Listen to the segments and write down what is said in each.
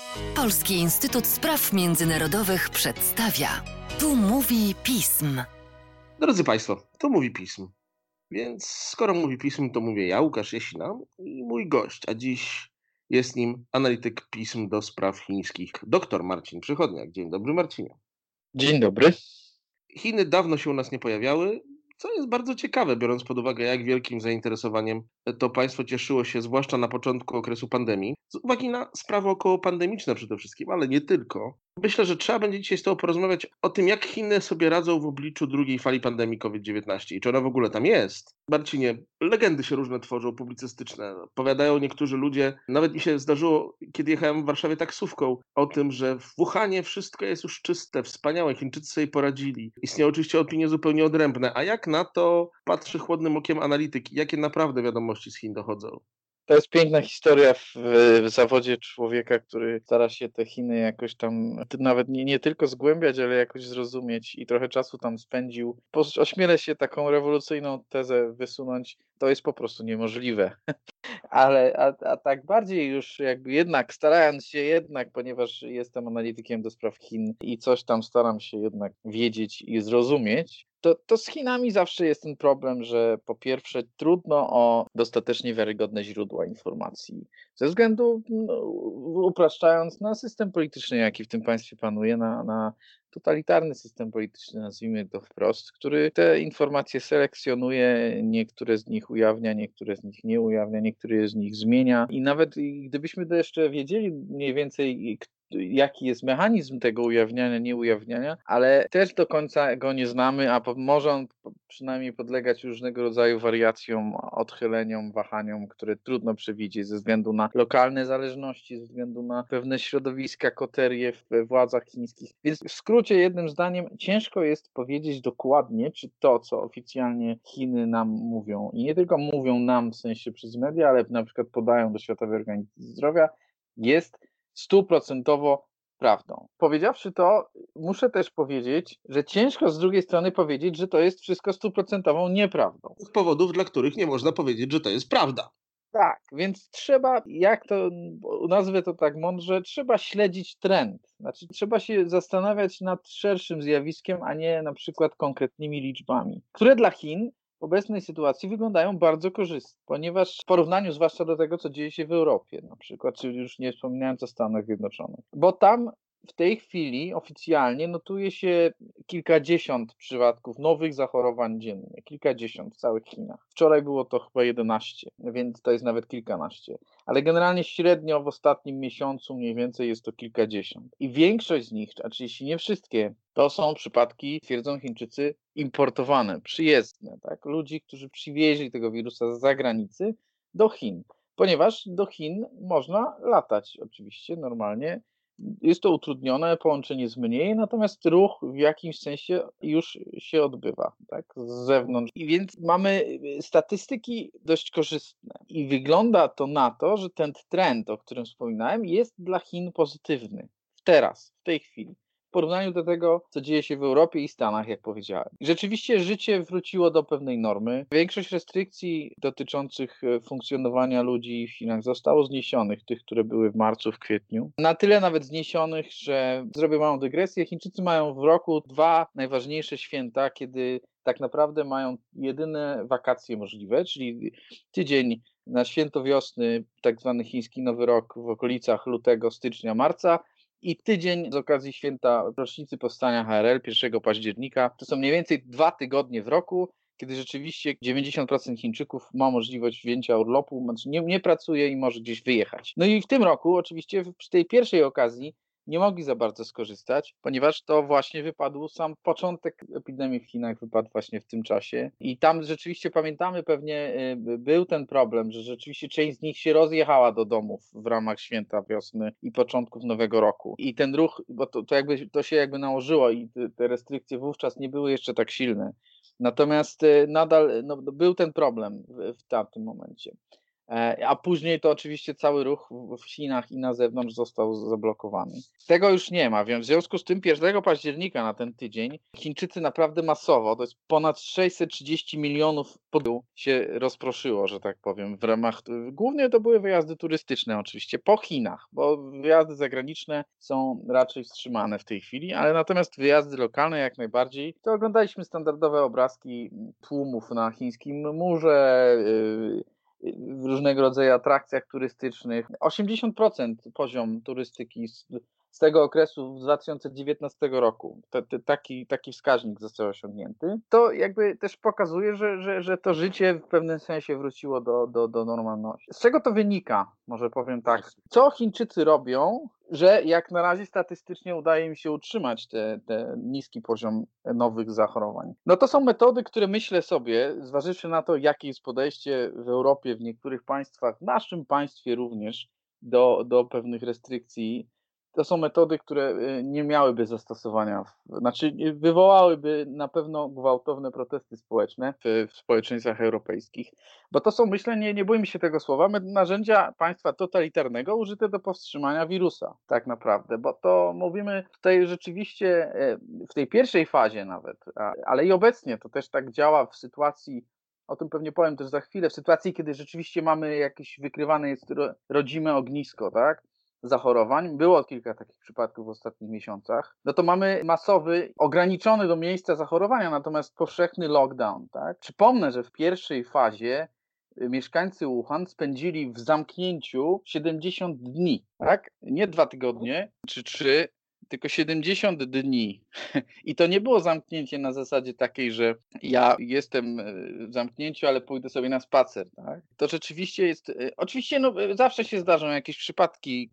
Polski Instytut Spraw Międzynarodowych przedstawia. Tu mówi pism. Drodzy Państwo, to mówi pism. Więc skoro mówi pism, to mówię ja, Łukasz Jasina, i mój gość, a dziś jest nim analityk pism do spraw chińskich, dr Marcin Przychodniak. Dzień dobry, Marcinie. Dzień dobry. Chiny dawno się u nas nie pojawiały, co jest bardzo ciekawe, biorąc pod uwagę, jak wielkim zainteresowaniem to państwo cieszyło się, zwłaszcza na początku okresu pandemii, z uwagi na sprawy okołopandemiczne przede wszystkim, ale nie tylko. Myślę, że trzeba będzie dzisiaj z Tobą porozmawiać o tym, jak Chiny sobie radzą w obliczu drugiej fali pandemii COVID-19 i czy ona w ogóle tam jest. Marcinie, legendy się różne tworzą, publicystyczne. Powiadają niektórzy ludzie, nawet mi się zdarzyło, kiedy jechałem w Warszawie taksówką, o tym, że w Wuhanie wszystko jest już czyste, wspaniałe, Chińczycy sobie poradzili. Istnieją oczywiście opinie zupełnie odrębne. A jak na to patrzy chłodnym okiem analityk? Jakie naprawdę wiadomości z Chin dochodzą? To jest piękna historia w zawodzie człowieka, który stara się te Chiny jakoś tam nawet nie tylko zgłębiać, ale jakoś zrozumieć i trochę czasu tam spędził. Ośmielę się taką rewolucyjną tezę wysunąć, to jest po prostu niemożliwe. A tak bardziej już jakby jednak starając się ponieważ jestem analitykiem do spraw Chin i coś tam staram się jednak wiedzieć i zrozumieć, to z Chinami zawsze jest ten problem, że po pierwsze trudno o dostatecznie wiarygodne źródła informacji. Ze względu, upraszczając, na system polityczny, jaki w tym państwie panuje, na totalitarny system polityczny, nazwijmy to wprost, który te informacje selekcjonuje, niektóre z nich ujawnia, niektóre z nich nie ujawnia, niektóre z nich zmienia i nawet gdybyśmy to jeszcze wiedzieli mniej więcej, jaki jest mechanizm tego ujawniania, nieujawniania, ale też do końca go nie znamy, a może on przynajmniej podlegać różnego rodzaju wariacjom, odchyleniom, wahaniom, które trudno przewidzieć ze względu na lokalne zależności, ze względu na pewne środowiska, koterie w władzach chińskich. Więc w skrócie, jednym zdaniem, ciężko jest powiedzieć dokładnie, czy to, co oficjalnie Chiny nam mówią, i nie tylko mówią nam w sensie przez media, ale na przykład podają do Światowej Organizacji Zdrowia, jest 100% prawdą. Powiedziawszy to, muszę też powiedzieć, że ciężko z drugiej strony powiedzieć, że to jest wszystko 100% nieprawdą. Z powodów, dla których nie można powiedzieć, że to jest prawda. Tak, więc trzeba, jak to nazwę to tak mądrze, trzeba śledzić trend. Znaczy, trzeba się zastanawiać nad szerszym zjawiskiem, a nie na przykład konkretnymi liczbami, które dla Chin w obecnej sytuacji wyglądają bardzo korzystnie, ponieważ w porównaniu zwłaszcza do tego, co dzieje się w Europie na przykład, czy już nie wspominając o Stanach Zjednoczonych, bo tam w tej chwili oficjalnie notuje się kilkadziesiąt przypadków nowych zachorowań dziennie, kilkadziesiąt w całych Chinach. Wczoraj było to chyba 11, więc to jest nawet kilkanaście. Ale generalnie średnio w ostatnim miesiącu mniej więcej jest to kilkadziesiąt. I większość z nich, a jeśli nie wszystkie, to są przypadki, twierdzą Chińczycy, importowane, przyjezdne, tak? Ludzi, którzy przywieźli tego wirusa z zagranicy do Chin. Ponieważ do Chin można latać oczywiście normalnie. Jest to utrudnione, połączenie jest mniej, natomiast ruch w jakimś sensie już się odbywa, tak, z zewnątrz. I więc mamy statystyki dość korzystne i wygląda to na to, że ten trend, o którym wspominałem, jest dla Chin pozytywny. Teraz, w tej chwili. W porównaniu do tego, co dzieje się w Europie i Stanach, jak powiedziałem. Rzeczywiście życie wróciło do pewnej normy. Większość restrykcji dotyczących funkcjonowania ludzi w Chinach zostało zniesionych, tych, które były w marcu, w kwietniu. Na tyle nawet zniesionych, że zrobię małą dygresję. Chińczycy mają w roku 2 najważniejsze święta, kiedy tak naprawdę mają jedyne wakacje możliwe, czyli tydzień na święto wiosny, tak zwany chiński Nowy Rok w okolicach lutego, stycznia, marca, i tydzień z okazji święta rocznicy powstania HRL 1 października. To są mniej więcej 2 tygodnie w roku, kiedy rzeczywiście 90% Chińczyków ma możliwość wzięcia urlopu, znaczy nie pracuje i może gdzieś wyjechać. No i w tym roku oczywiście przy tej pierwszej okazji nie mogli za bardzo skorzystać, ponieważ to właśnie wypadł sam początek epidemii w Chinach, wypadł właśnie w tym czasie. I tam rzeczywiście pamiętamy pewnie, był ten problem, że rzeczywiście część z nich się rozjechała do domów w ramach święta wiosny i początków Nowego Roku. I ten ruch, bo to się jakby nałożyło i te restrykcje wówczas nie były jeszcze tak silne. Natomiast nadal był ten problem w tamtym momencie. A później to oczywiście cały ruch w Chinach i na zewnątrz został zablokowany. Tego już nie ma, więc w związku z tym 1 października na ten tydzień Chińczycy naprawdę masowo, to jest ponad 630 milionów podróż się rozproszyło, że tak powiem, w ramach, głównie to były wyjazdy turystyczne oczywiście, po Chinach, bo wyjazdy zagraniczne są raczej wstrzymane w tej chwili, ale natomiast wyjazdy lokalne jak najbardziej. To oglądaliśmy standardowe obrazki tłumów na chińskim murze, w różnego rodzaju atrakcjach turystycznych. 80% poziom turystyki z tego okresu w 2019 roku, taki wskaźnik został osiągnięty. To jakby też pokazuje, że to życie w pewnym sensie wróciło do normalności. Z czego to wynika? Może powiem tak. Co Chińczycy robią, że jak na razie statystycznie udaje im się utrzymać ten niski poziom nowych zachorowań? No to są metody, które myślę sobie, zważywszy na to, jakie jest podejście w Europie, w niektórych państwach, w naszym państwie również do pewnych restrykcji, to są metody, które nie miałyby zastosowania, znaczy wywołałyby na pewno gwałtowne protesty społeczne w społeczeństwach europejskich, bo to są, myślę, nie bójmy się tego słowa, narzędzia państwa totalitarnego użyte do powstrzymania wirusa, tak naprawdę, bo to mówimy tutaj rzeczywiście w tej pierwszej fazie nawet, ale i obecnie to też tak działa w sytuacji, o tym pewnie powiem też za chwilę, w sytuacji, kiedy rzeczywiście mamy jakieś wykrywane jest rodzime ognisko, tak? Zachorowań, było kilka takich przypadków w ostatnich miesiącach, no to mamy masowy, ograniczony do miejsca zachorowania, natomiast powszechny lockdown, tak? Przypomnę, że w pierwszej fazie mieszkańcy Wuhan spędzili w zamknięciu 70 dni, tak? Nie 2 tygodnie czy 3, tylko 70 dni. I to nie było zamknięcie na zasadzie takiej, że ja jestem w zamknięciu, ale pójdę sobie na spacer. Tak? To rzeczywiście jest, oczywiście zawsze się zdarzą jakieś przypadki,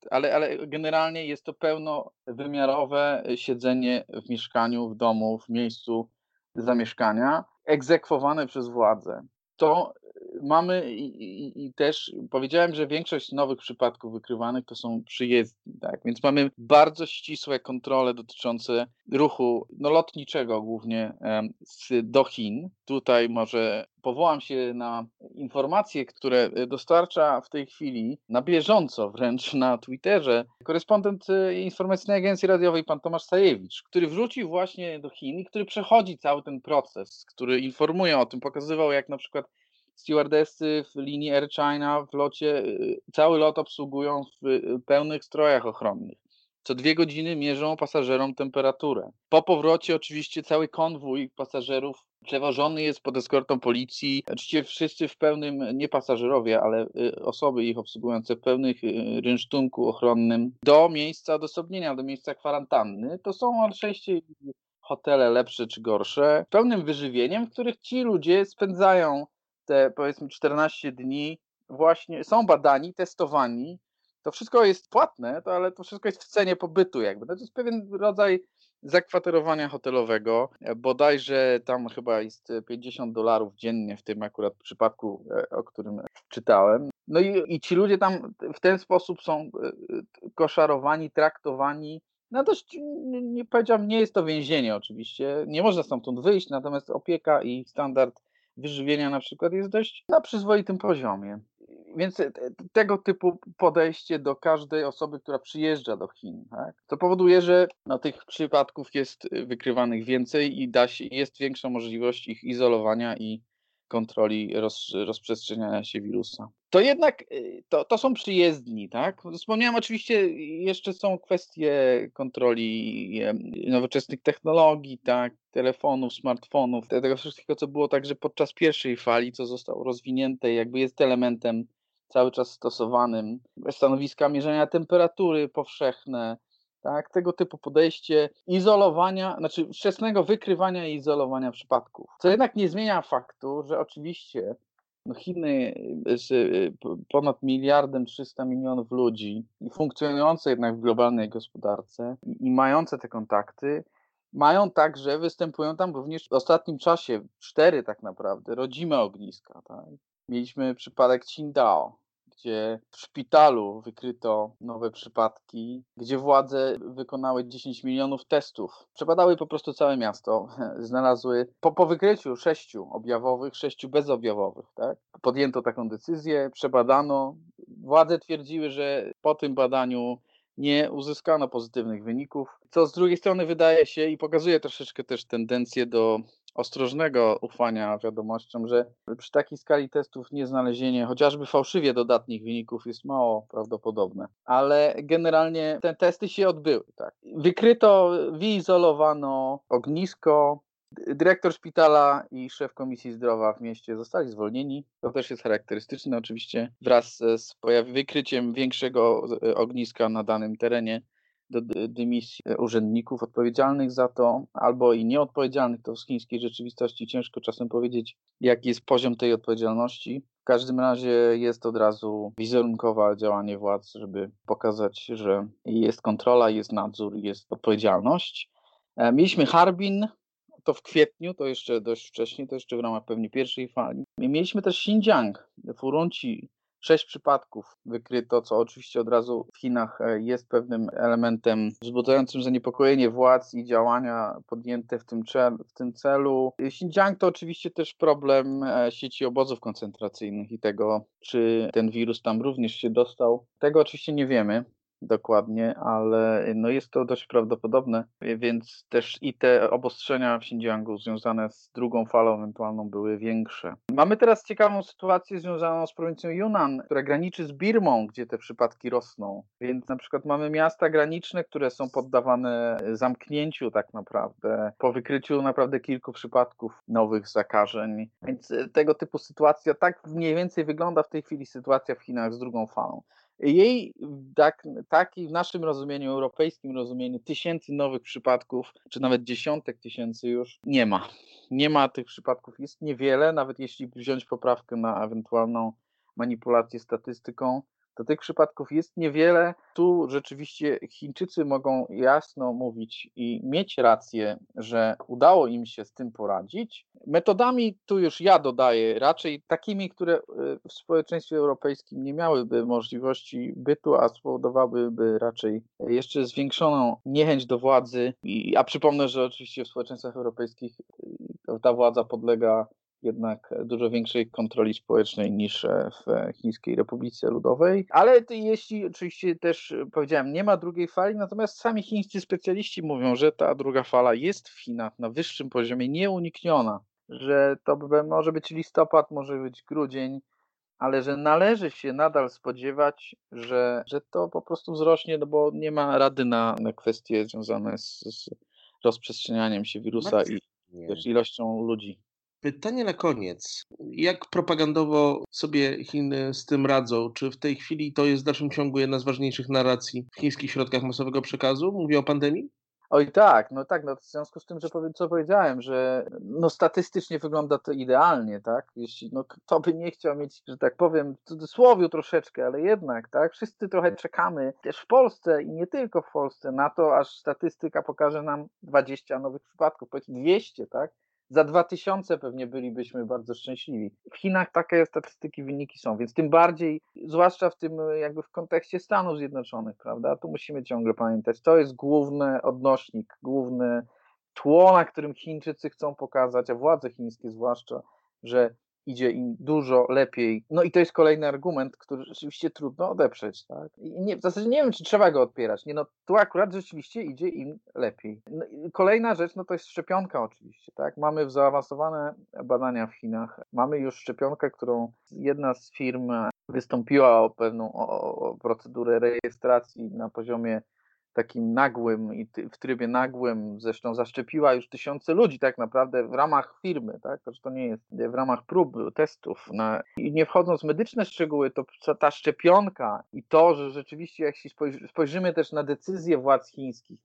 ale generalnie jest to pełnowymiarowe siedzenie w mieszkaniu, w domu, w miejscu zamieszkania, egzekwowane przez władze. To mamy i też powiedziałem, że większość nowych przypadków wykrywanych to są przyjezdni, tak? Więc mamy bardzo ścisłe kontrole dotyczące ruchu lotniczego głównie do Chin. Tutaj może powołam się na informacje, które dostarcza w tej chwili na bieżąco wręcz na Twitterze korespondent Informacyjnej Agencji Radiowej pan Tomasz Sajewicz, który wrócił właśnie do Chin i który przechodzi cały ten proces, który informuje o tym, pokazywał jak na przykład stewardessy w linii Air China w locie, cały lot obsługują w pełnych strojach ochronnych. Co 2 godziny mierzą pasażerom temperaturę. Po powrocie oczywiście cały konwój pasażerów przewożony jest pod eskortą policji. Oczywiście wszyscy w pełnym, nie pasażerowie, ale osoby ich obsługujące w pełnych rynsztunku ochronnym do miejsca odosobnienia, do miejsca kwarantanny. To są oczywiście hotele lepsze czy gorsze, pełnym wyżywieniem, w których ci ludzie spędzają te powiedzmy 14 dni, właśnie są badani, testowani. To wszystko jest płatne, ale to wszystko jest w cenie pobytu jakby. No to jest pewien rodzaj zakwaterowania hotelowego. Bodajże tam chyba jest $50 dziennie w tym akurat przypadku, o którym czytałem. No i ci ludzie tam w ten sposób są koszarowani, traktowani. No dość, nie powiedziałbym, nie jest to więzienie oczywiście, nie można stamtąd wyjść, natomiast opieka i standard wyżywienia na przykład jest dość na przyzwoitym poziomie. Więc tego typu podejście do każdej osoby, która przyjeżdża do Chin, tak, to powoduje, że tych przypadków jest wykrywanych więcej i jest większa możliwość ich izolowania i kontroli rozprzestrzeniania się wirusa. To jednak to są przyjezdni, tak? Wspomniałem oczywiście, jeszcze są kwestie kontroli nowoczesnych technologii, tak? Telefonów, smartfonów, tego wszystkiego, co było także podczas pierwszej fali, co zostało rozwinięte, jakby jest elementem cały czas stosowanym. Stanowiska mierzenia temperatury powszechne, tak? Tego typu podejście izolowania, znaczy wczesnego wykrywania i izolowania przypadków. Co jednak nie zmienia faktu, że oczywiście Chiny z ponad 1,3 mld ludzi i funkcjonujące jednak w globalnej gospodarce i mające te kontakty, mają także, występują tam również w ostatnim czasie 4 tak naprawdę rodzime ogniska. Tak? Mieliśmy przypadek Qingdao, gdzie w szpitalu wykryto nowe przypadki, gdzie władze wykonały 10 milionów testów. Przebadały po prostu całe miasto, znalazły po wykryciu 6 objawowych, 6 bezobjawowych, tak? Podjęto taką decyzję, przebadano. Władze twierdziły, że po tym badaniu nie uzyskano pozytywnych wyników, co z drugiej strony wydaje się i pokazuje troszeczkę też tendencję do ostrożnego ufania wiadomościom, że przy takiej skali testów nieznalezienie chociażby fałszywie dodatnich wyników jest mało prawdopodobne. Ale generalnie te testy się odbyły. Tak. Wykryto, wyizolowano ognisko. Dyrektor szpitala i szef Komisji Zdrowia w mieście zostali zwolnieni. To też jest charakterystyczne oczywiście. Wraz z wykryciem większego ogniska na danym terenie do dymisji urzędników odpowiedzialnych za to, albo i nieodpowiedzialnych, to w chińskiej rzeczywistości ciężko czasem powiedzieć, jaki jest poziom tej odpowiedzialności. W każdym razie jest od razu wizerunkowe działanie władz, żeby pokazać, że jest kontrola, jest nadzór, jest odpowiedzialność. Mieliśmy Harbin, to w kwietniu, to jeszcze dość wcześnie, to jeszcze w ramach pewnie pierwszej fali. Mieliśmy też Xinjiang, w Urumqi 6 przypadków wykryto, co oczywiście od razu w Chinach jest pewnym elementem wzbudzającym zaniepokojenie władz i działania podjęte w tym celu. Xinjiang to oczywiście też problem sieci obozów koncentracyjnych i tego, czy ten wirus tam również się dostał. Tego oczywiście nie wiemy dokładnie, ale no jest to dość prawdopodobne, więc też i te obostrzenia w Xinjiangu związane z drugą falą ewentualną były większe. Mamy teraz ciekawą sytuację związaną z prowincją Yunnan, która graniczy z Birmą, gdzie te przypadki rosną, więc na przykład mamy miasta graniczne, które są poddawane zamknięciu tak naprawdę, po wykryciu naprawdę kilku przypadków nowych zakażeń, więc tego typu sytuacja, tak mniej więcej wygląda w tej chwili sytuacja w Chinach z drugą falą. Jej taki w naszym rozumieniu, europejskim rozumieniu, tysięcy nowych przypadków, czy nawet dziesiątek tysięcy już nie ma. Nie ma tych przypadków, jest niewiele, nawet jeśli wziąć poprawkę na ewentualną manipulację statystyką, to tych przypadków jest niewiele. Tu rzeczywiście Chińczycy mogą jasno mówić i mieć rację, że udało im się z tym poradzić. Metodami, tu już ja dodaję, raczej takimi, które w społeczeństwie europejskim nie miałyby możliwości bytu, a spowodowałyby raczej jeszcze zwiększoną niechęć do władzy. A przypomnę, że oczywiście w społeczeństwach europejskich ta władza podlega jednak dużo większej kontroli społecznej niż w Chińskiej Republice Ludowej. Ale jeśli oczywiście też powiedziałem, nie ma drugiej fali, natomiast sami chińscy specjaliści mówią, że ta druga fala jest w Chinach na wyższym poziomie, nieunikniona, że to może być listopad, może być grudzień, ale że należy się nadal spodziewać, że to po prostu wzrośnie, no bo nie ma rady na kwestie związane z rozprzestrzenianiem się wirusa i ilością ludzi. Pytanie na koniec. Jak propagandowo sobie Chiny z tym radzą? Czy w tej chwili to jest w dalszym ciągu jedna z ważniejszych narracji w chińskich środkach masowego przekazu? Mówię o pandemii? Oj tak, no w związku z tym, że co powiedziałem, że no statystycznie wygląda to idealnie, tak? Jeśli kto by nie chciał mieć, że tak powiem, w cudzysłowie troszeczkę, ale jednak, tak? Wszyscy trochę czekamy, też w Polsce i nie tylko w Polsce, na to, aż statystyka pokaże nam 20 nowych przypadków, powiedzmy 200, tak? Za 2000 pewnie bylibyśmy bardzo szczęśliwi. W Chinach takie statystyki, wyniki są, więc tym bardziej, zwłaszcza w tym jakby w kontekście Stanów Zjednoczonych, prawda, tu musimy ciągle pamiętać, to jest główny odnośnik, główne tło, na którym Chińczycy chcą pokazać, a władze chińskie zwłaszcza, że idzie im dużo lepiej. No i to jest kolejny argument, który rzeczywiście trudno odeprzeć, tak? I w zasadzie nie wiem, czy trzeba go odpierać. Tu akurat rzeczywiście idzie im lepiej. No, kolejna rzecz, to jest szczepionka oczywiście, tak? Mamy zaawansowane badania w Chinach. Mamy już szczepionkę, którą jedna z firm wystąpiła o pewną procedurę rejestracji na poziomie takim nagłym i w trybie nagłym, zresztą zaszczepiła już tysiące ludzi tak naprawdę w ramach firmy, tak? To nie jest w ramach prób, testów. I nie wchodząc w medyczne szczegóły, to ta szczepionka i to, że rzeczywiście jak się spojrzymy też na decyzje władz chińskich,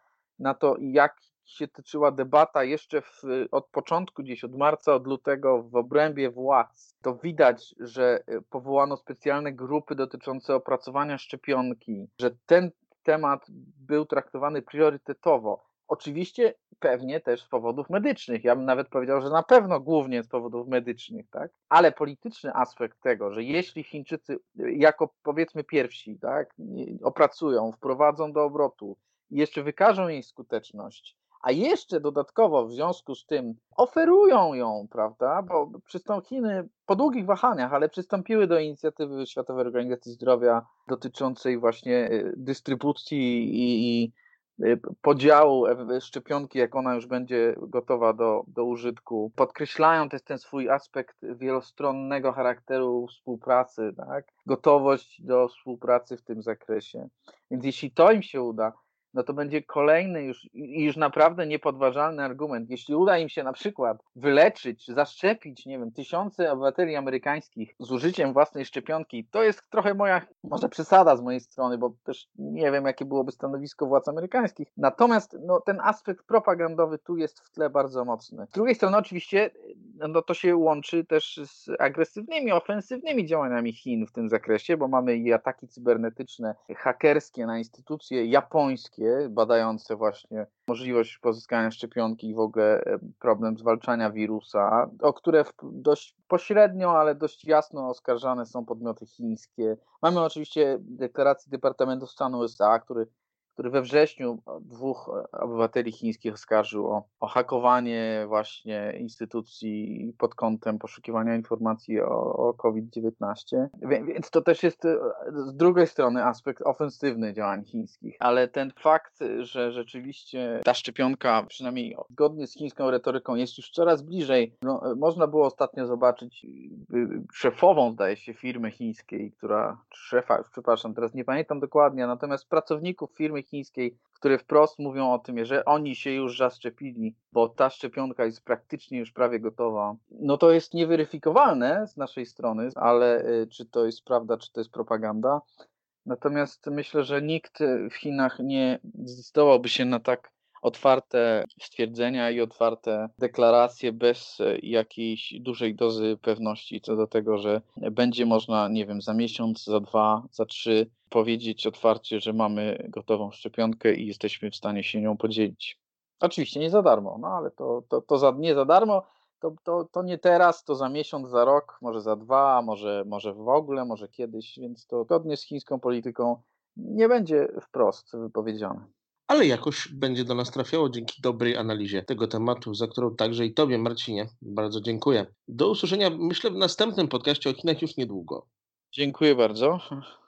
na to jak się toczyła debata jeszcze od początku, gdzieś od marca, od lutego w obrębie władz, to widać, że powołano specjalne grupy dotyczące opracowania szczepionki, że ten temat był traktowany priorytetowo. Oczywiście pewnie też z powodów medycznych. Ja bym nawet powiedział, że na pewno głównie z powodów medycznych, tak? Ale polityczny aspekt tego, że jeśli Chińczycy jako powiedzmy pierwsi, tak, opracują, wprowadzą do obrotu i jeszcze wykażą jej skuteczność, a jeszcze dodatkowo w związku z tym oferują ją, prawda, bo Chiny po długich wahaniach, ale przystąpiły do inicjatywy Światowej Organizacji Zdrowia dotyczącej właśnie dystrybucji i podziału szczepionki, jak ona już będzie gotowa do użytku. Podkreślają też ten swój aspekt wielostronnego charakteru współpracy, tak? Gotowość do współpracy w tym zakresie. Więc jeśli to im się uda, no to będzie kolejny już naprawdę niepodważalny argument. Jeśli uda im się na przykład wyleczyć, zaszczepić, nie wiem, tysiące obywateli amerykańskich z użyciem własnej szczepionki, to jest trochę może przesada z mojej strony, bo też nie wiem, jakie byłoby stanowisko władz amerykańskich. Natomiast ten aspekt propagandowy tu jest w tle bardzo mocny. Z drugiej strony oczywiście to się łączy też z agresywnymi, ofensywnymi działaniami Chin w tym zakresie, bo mamy i ataki cybernetyczne, hakerskie na instytucje japońskie, badające właśnie możliwość pozyskania szczepionki i w ogóle problem zwalczania wirusa, o które dość pośrednio, ale dość jasno oskarżane są podmioty chińskie. Mamy oczywiście deklarację Departamentu Stanu USA, który we wrześniu 2 obywateli chińskich oskarżył o hakowanie właśnie instytucji pod kątem poszukiwania informacji o COVID-19. Więc to też jest z drugiej strony aspekt ofensywny działań chińskich. Ale ten fakt, że rzeczywiście ta szczepionka, przynajmniej zgodnie z chińską retoryką, jest już coraz bliżej. Można było ostatnio zobaczyć szefową, zdaje się, firmy chińskiej, przepraszam, teraz nie pamiętam dokładnie, natomiast pracowników firmy chińskiej, które wprost mówią o tym, że oni się już zaszczepili, bo ta szczepionka jest praktycznie już prawie gotowa. No to jest nieweryfikowalne z naszej strony, ale czy to jest prawda, czy to jest propaganda. Natomiast myślę, że nikt w Chinach nie zdecydowałby się na tak otwarte stwierdzenia i otwarte deklaracje bez jakiejś dużej dozy pewności co do tego, że będzie można, nie wiem, za miesiąc, za 2, za 3 powiedzieć otwarcie, że mamy gotową szczepionkę i jesteśmy w stanie się nią podzielić. Oczywiście nie za darmo, no ale nie za darmo, to nie teraz, to za miesiąc, za rok, może za 2, może w ogóle, może kiedyś, więc to zgodnie z chińską polityką nie będzie wprost wypowiedziane. Ale jakoś będzie do nas trafiało dzięki dobrej analizie tego tematu, za którą także i Tobie, Marcinie, bardzo dziękuję. Do usłyszenia, myślę, w następnym podcaście o Chinach już niedługo. Dziękuję bardzo.